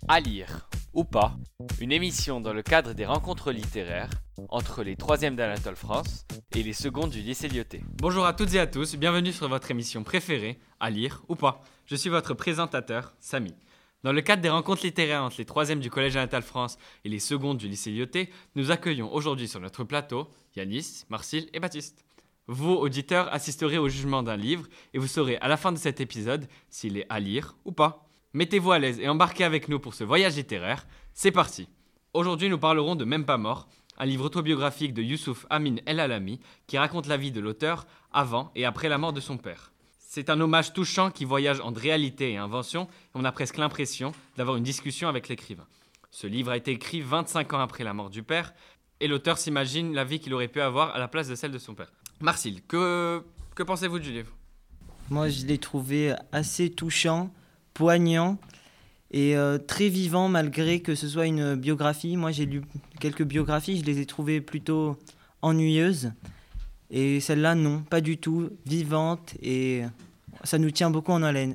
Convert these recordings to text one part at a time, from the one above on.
À lire ou pas, une émission dans le cadre des rencontres littéraires entre les 3e d'Anatole France et les 2e du lycée Lyoté. Bonjour à toutes et à tous, bienvenue sur votre émission préférée, À lire ou pas. Je suis votre présentateur, Samy. Dans le cadre des rencontres littéraires entre les 3e du collège Anatole France et les 2e du lycée Lyoté, nous accueillons aujourd'hui sur notre plateau Yanis, Marcille et Baptiste. Vous, auditeurs, assisterez au jugement d'un livre et vous saurez à la fin de cet épisode s'il est à lire ou pas. Mettez-vous à l'aise et embarquez avec nous pour ce voyage littéraire. C'est parti. Aujourd'hui, nous parlerons de Même pas mort, un livre autobiographique de Youssouf Amin El Alami qui raconte la vie de l'auteur avant et après la mort de son père. C'est un hommage touchant qui voyage entre réalité et invention et on a presque l'impression d'avoir une discussion avec l'écrivain. Ce livre a été écrit 25 ans après la mort du père et l'auteur s'imagine la vie qu'il aurait pu avoir à la place de celle de son père. Marcille, que pensez-vous du livre ? Moi, je l'ai trouvé assez touchant, poignant et très vivant malgré que ce soit une biographie. Moi, j'ai lu quelques biographies, je les ai trouvées plutôt ennuyeuses. Et celle-là, non, pas du tout, vivante et ça nous tient beaucoup en haleine.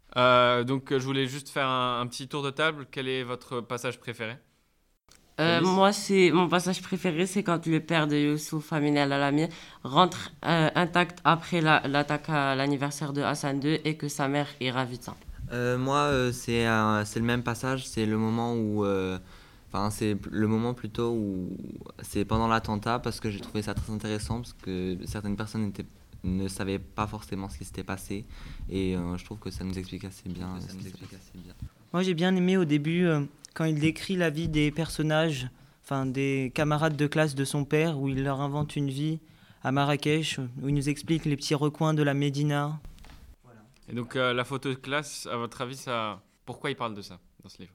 Donc, je voulais juste faire un petit tour de table. Quel est votre passage préféré ? Moi, mon passage préféré, c'est quand le père de Youssouf Amin El Alami rentre intact après l'attaque à l'anniversaire de Hassan II et que sa mère est ravie de ça. C'est le même passage, c'est le moment où... c'est le moment plutôt où c'est pendant l'attentat parce que j'ai trouvé ça très intéressant parce que certaines personnes ne savaient pas forcément ce qui s'était passé et je trouve que ça nous explique assez bien. Moi, j'ai bien aimé au début quand il décrit la vie des personnages, des camarades de classe de son père, où il leur invente une vie à Marrakech, où il nous explique les petits recoins de la Médina. Voilà. Et donc la photo de classe, à votre avis, pourquoi il parle de ça dans ce livre ?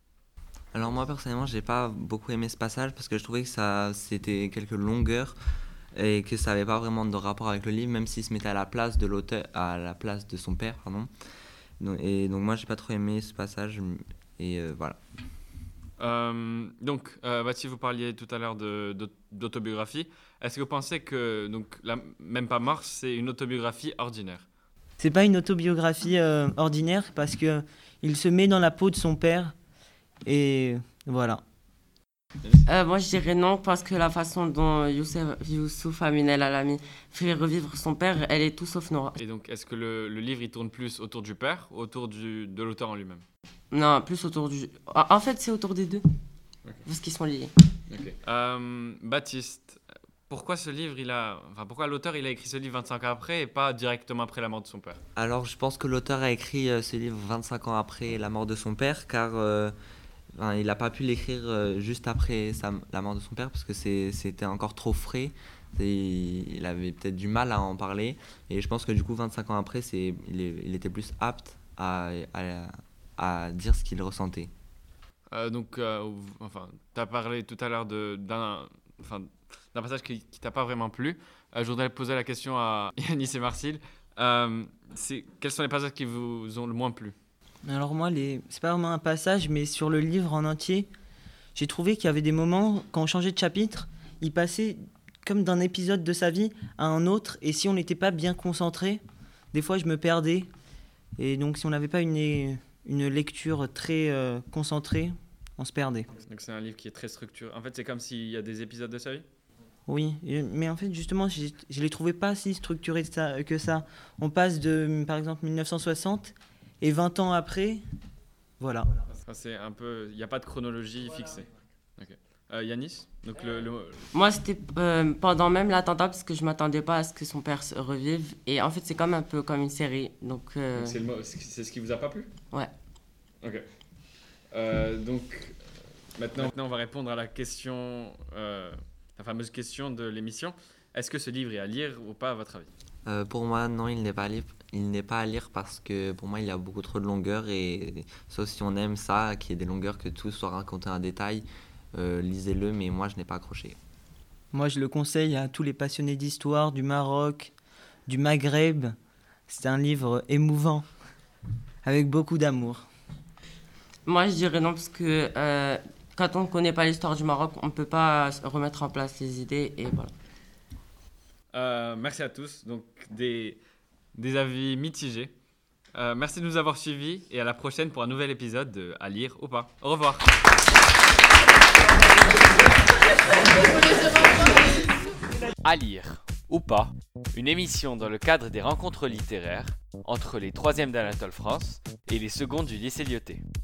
Alors moi personnellement, j'ai pas beaucoup aimé ce passage parce que je trouvais que c'était quelques longueurs et que ça avait pas vraiment de rapport avec le livre, même s'il se mettait à la place de l'auteur, à la place de son père, pardon. Et donc moi j'ai pas trop aimé ce passage et voilà. Baptiste, vous parliez tout à l'heure d'autobiographie. Est-ce que vous pensez que Même pas mort, c'est une autobiographie ordinaire ? C'est pas une autobiographie ordinaire parce que il se met dans la peau de son père et voilà. Moi, je dirais non parce que la façon dont Youssouf Amin El Alami fait revivre son père, elle est tout sauf noire. Et donc, est-ce que le livre il tourne plus autour du père ou autour de l'auteur en lui-même ? Non, plus autour du... En fait, c'est autour des deux. Okay. Parce qu'ils sont liés. Okay. Baptiste, pourquoi pourquoi l'auteur il a écrit ce livre 25 ans après et pas directement après la mort de son père ? Alors, je pense que l'auteur a écrit ce livre 25 ans après la mort de son père, car il n'a pas pu l'écrire juste après la mort de son père, parce que c'était encore trop frais. Il avait peut-être du mal à en parler. Et je pense que du coup, 25 ans après, il était plus apte à dire ce qu'il ressentait. Tu as parlé tout à l'heure d'un passage qui t'a pas vraiment plu. Je voudrais poser la question à Yanis et Marcille. Quels sont les passages qui vous ont le moins plu ? Alors moi, c'est pas vraiment un passage, mais sur le livre en entier, j'ai trouvé qu'il y avait des moments, quand on changeait de chapitre, il passait comme d'un épisode de sa vie à un autre, et si on n'était pas bien concentré, des fois je me perdais. Et donc si on n'avait pas une lecture très concentrée, on se perdait. Donc c'est un livre qui est très structuré. En fait, c'est comme s'il y a des épisodes de sa vie ? Oui, mais en fait, justement, je ne les trouvais pas si structurés que ça. On passe de, par exemple, 1960, et 20 ans après, voilà. C'est un peu... Il n'y a pas de chronologie fixée. Okay. Yanis donc Moi, c'était pendant même l'attentat, parce que je ne m'attendais pas à ce que son père se revive. Et en fait, c'est un peu comme une série. Donc c'est ce qui vous a pas plu ? Ouais. Ok. Maintenant, on va répondre à la question, la fameuse question de l'émission. Est-ce que ce livre est à lire ou pas, à votre avis ? Pour moi, non, il n'est pas à lire. Il n'est pas à lire parce que pour moi, il y a beaucoup trop de longueurs. Et sauf si on aime ça, qu'il y ait des longueurs, que tout soit raconté en détail, lisez-le, mais moi, je n'ai pas accroché. Moi, je le conseille à tous les passionnés d'histoire, du Maroc, du Maghreb. C'est un livre émouvant, avec beaucoup d'amour. Moi, je dirais non, parce que quand on ne connaît pas l'histoire du Maroc, on ne peut pas remettre en place les idées, et voilà. Merci à tous. Donc, des avis mitigés. Merci de nous avoir suivis et à la prochaine pour un nouvel épisode de À lire ou pas. Au revoir. À lire ou pas, une émission dans le cadre des rencontres littéraires entre les 3e d'Anatole France et les secondes du lycée Lyoté.